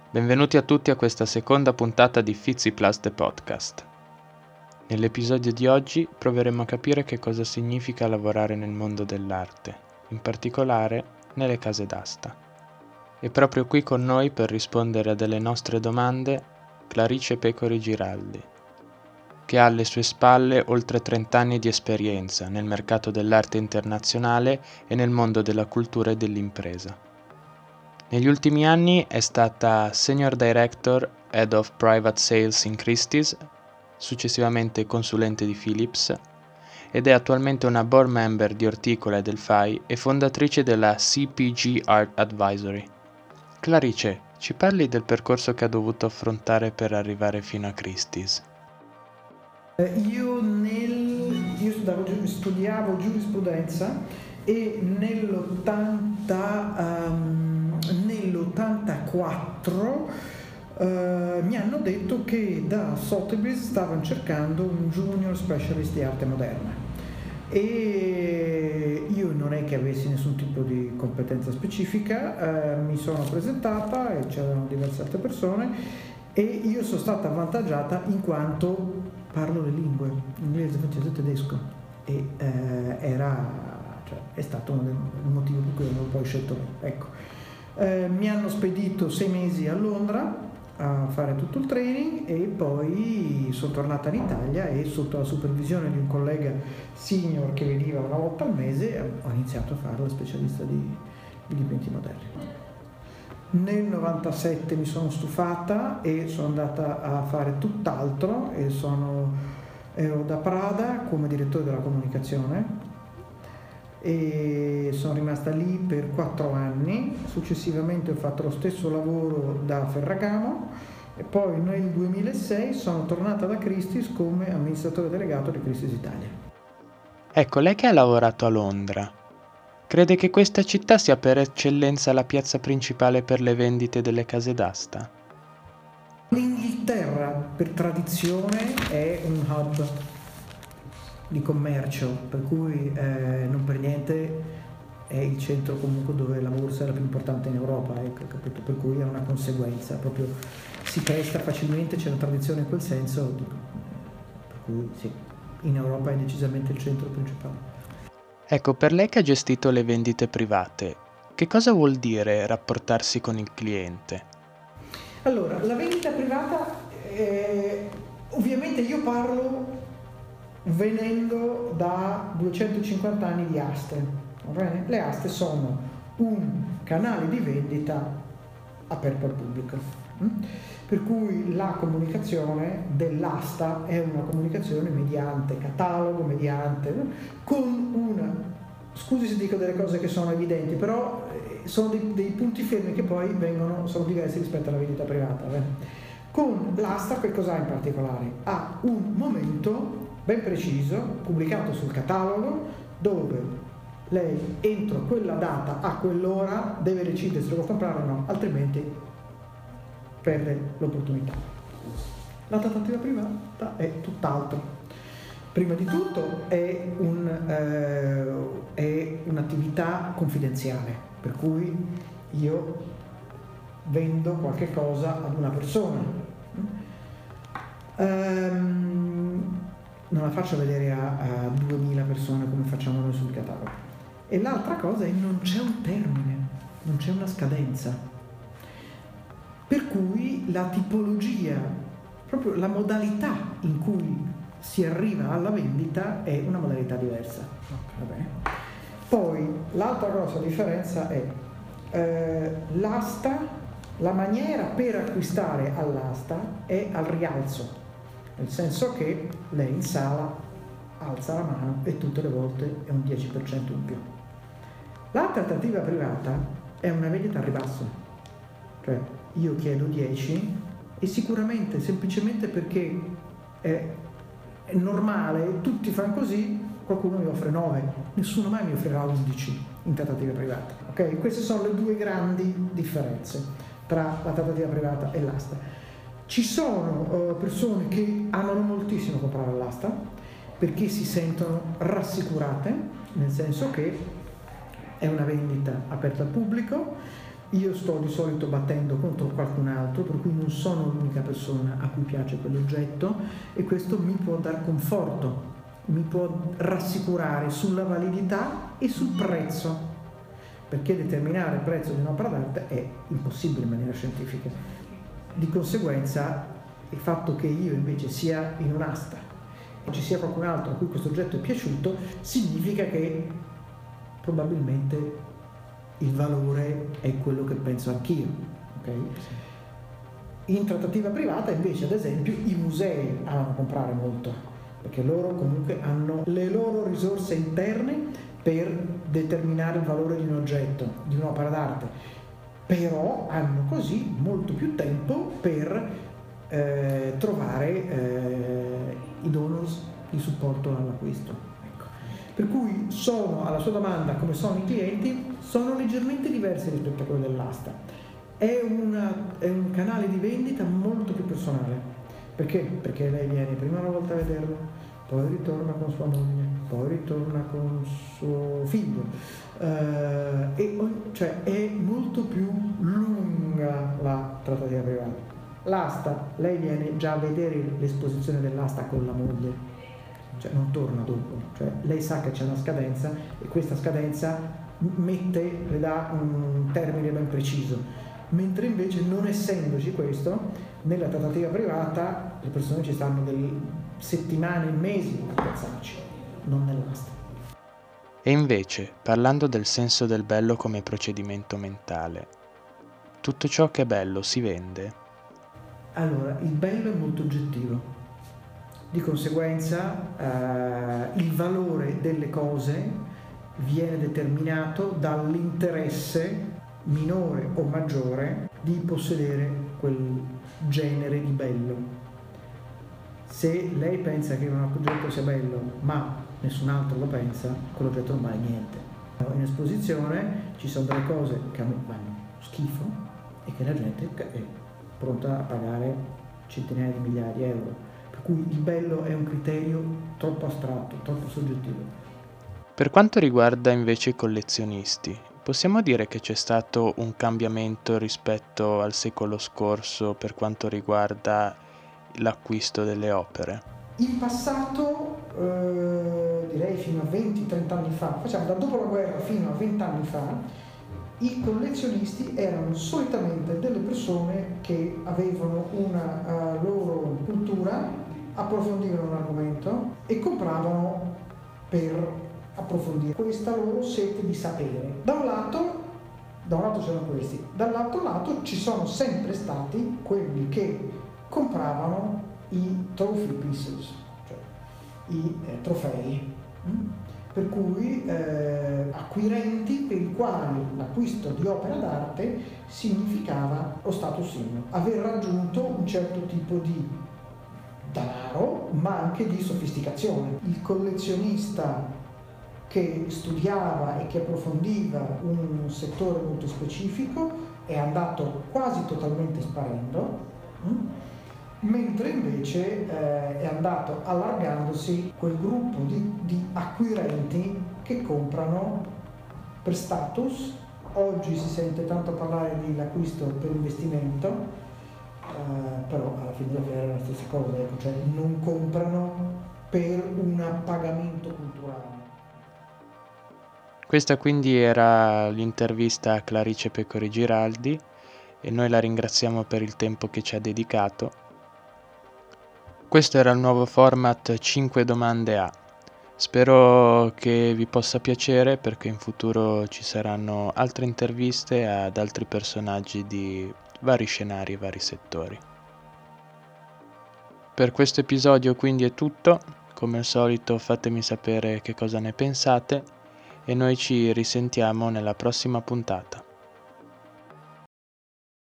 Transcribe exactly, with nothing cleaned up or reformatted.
Benvenuti a tutti a questa seconda puntata di Fizzy Plus The Podcast. Nell'episodio di oggi proveremo a capire che cosa significa lavorare nel mondo dell'arte, in particolare nelle case d'asta. E proprio qui con noi per rispondere a delle nostre domande Clarice Pecori Giraldi, che ha alle sue spalle oltre trenta anni di esperienza nel mercato dell'arte internazionale e nel mondo della cultura e dell'impresa. Negli ultimi anni è stata Senior Director Head of Private Sales in Christie's, successivamente consulente di Philips, ed è attualmente una board member di Orticola e Delphi e fondatrice della C P G Art Advisory. Clarice, ci parli del percorso che ha dovuto affrontare per arrivare fino a Christie's? Io, nel, io studiavo, studiavo giurisprudenza e nell'ottanta, um, nell'ottantaquattro uh, mi hanno detto che da Sotheby's stavano cercando un junior specialist di arte moderna e io non è che avessi nessun tipo di competenza specifica, uh, mi sono presentata e c'erano diverse altre persone e io sono stata avvantaggiata in quanto parlo le lingue, inglese, francese e tedesco e eh, era, cioè, è stato uno dei motivi per cui non l'ho poi scelto me. Ecco. Eh, mi hanno spedito sei mesi a Londra a fare tutto il training e poi sono tornata in Italia e sotto la supervisione di un collega senior che veniva una volta al mese ho iniziato a fare la specialista di, di dipinti moderni. Nel novantasette mi sono stufata e sono andata a fare tutt'altro e sono, ero da Prada come direttore della comunicazione e sono rimasta lì per quattro anni. Successivamente ho fatto lo stesso lavoro da Ferragamo e poi nel duemilasei sono tornata da Christie's come amministratore delegato di Christie's Italia. Ecco, lei che ha lavorato a Londra, crede che questa città sia per eccellenza la piazza principale per le vendite delle case d'asta? L'Inghilterra, per tradizione, è un hub di commercio, per cui eh, non per niente è il centro comunque dove la borsa è la più importante in Europa, ecco, capito? Per cui è una conseguenza, proprio si presta facilmente, c'è una tradizione in quel senso, per cui sì, in Europa è decisamente il centro principale. Ecco, per lei che ha gestito le vendite private, che cosa vuol dire rapportarsi con il cliente? Allora, la vendita privata, eh, ovviamente io parlo venendo da duecentocinquanta anni di aste, va bene? Le aste sono un canale di vendita aperto al pubblico, per cui la comunicazione dell'asta è una comunicazione mediante catalogo, mediante con una, scusi se dico delle cose che sono evidenti, però sono dei, dei punti fermi che poi vengono, sono diversi rispetto alla vendita privata. Beh. Con l'asta che cos'ha in particolare? Ha un momento ben preciso, pubblicato sul catalogo, dove lei entro quella data a quell'ora deve decidere se lo vuole comprare o no, altrimenti perde l'opportunità. La trattativa privata è tutt'altro. Prima di tutto è, un, eh, è un'attività confidenziale, per cui io vendo qualche cosa ad una persona. Um, non la faccio vedere a, a duemila persone come facciamo noi sul catalogo. E l'altra cosa è che non c'è un termine, non c'è una scadenza. Per cui la tipologia, proprio la modalità in cui si arriva alla vendita è una modalità diversa. Vabbè. Poi l'altra grossa differenza è eh, l'asta, la maniera per acquistare all'asta è al rialzo, nel senso che lei in sala alza la mano e tutte le volte è un dieci per cento in più. La trattativa privata è una vendita a ribasso, cioè io chiedo dieci e sicuramente semplicemente perché è, è normale, tutti fanno così, qualcuno mi offre nove, nessuno mai mi offrirà undici in trattativa privata. Ok? Queste sono le due grandi differenze tra la trattativa privata e l'asta. Ci sono uh, persone che amano moltissimo comprare all'asta perché si sentono rassicurate, nel senso che è una vendita aperta al pubblico, io sto di solito battendo contro qualcun altro per cui non sono l'unica persona a cui piace quell'oggetto e questo mi può dar conforto, mi può rassicurare sulla validità e sul prezzo, perché determinare il prezzo di un'opera d'arte è impossibile in maniera scientifica. Di conseguenza il fatto che io invece sia in un'asta e ci sia qualcun altro a cui questo oggetto è piaciuto significa che probabilmente il valore è quello che penso anch'io. Okay? In trattativa privata invece, ad esempio, i musei amano comprare molto, perché loro comunque hanno le loro risorse interne per determinare il valore di un oggetto, di un'opera d'arte, però hanno così molto più tempo per eh, trovare eh, i donors di supporto all'acquisto. Ecco. Per cui sono, alla sua domanda, come sono i clienti, sono leggermente diversi rispetto a quello dell'asta. È, una, è un canale di vendita molto più personale. Perché? Perché lei viene prima una volta a vederlo, poi ritorna con sua moglie, poi ritorna con suo figlio. Eh, e, cioè è molto più lunga la trattativa privata. L'asta, lei viene già a vedere l'esposizione dell'asta con la moglie, cioè non torna dopo, cioè lei sa che c'è una scadenza e questa scadenza mette, le dà un termine ben preciso. Mentre invece, non essendoci questo, nella trattativa privata le persone ci stanno delle settimane, mesi a pensarci, non nell'asta. E invece, parlando del senso del bello come procedimento mentale, tutto ciò che è bello si vende? Allora, il bello è molto oggettivo, di conseguenza eh, il valore delle cose viene determinato dall'interesse minore o maggiore di possedere quel genere di bello. Se lei pensa che un oggetto sia bello ma nessun altro lo pensa, quell'oggetto non vale niente. In esposizione ci sono delle cose che a me fanno schifo e che la gente è pronta a pagare centinaia di migliaia di euro. Per cui il bello è un criterio troppo astratto, troppo soggettivo. Per quanto riguarda invece i collezionisti, possiamo dire che c'è stato un cambiamento rispetto al secolo scorso per quanto riguarda l'acquisto delle opere? In passato, eh, direi fino a venti trenta anni fa, facciamo da dopo la guerra fino a venti anni fa, i collezionisti erano solitamente delle persone che avevano una uh, loro cultura, approfondivano un argomento e compravano per approfondire questa loro sete di sapere. Da un lato, da un lato c'erano questi, dall'altro lato ci sono sempre stati quelli che compravano i trophy pieces, cioè i eh, trofei. Mm? Per cui eh, acquirenti per i quali l'acquisto di opera d'arte significava lo status symbol, aver raggiunto un certo tipo di denaro, ma anche di sofisticazione. Il collezionista che studiava e che approfondiva un settore molto specifico è andato quasi totalmente sparendo, hm? mentre invece eh, è andato allargandosi quel gruppo di, di acquirenti che comprano per status. Oggi si sente tanto parlare di l'acquisto per investimento, eh, però alla fine della fiera è la stessa cosa, ecco, cioè non comprano per un appagamento culturale. Questa quindi era l'intervista a Clarice Pecori Giraldi e noi la ringraziamo per il tempo che ci ha dedicato. Questo era il nuovo format cinque domande a. Spero che vi possa piacere perché in futuro ci saranno altre interviste ad altri personaggi di vari scenari e vari settori. Per questo episodio quindi è tutto, come al solito fatemi sapere che cosa ne pensate e noi ci risentiamo nella prossima puntata.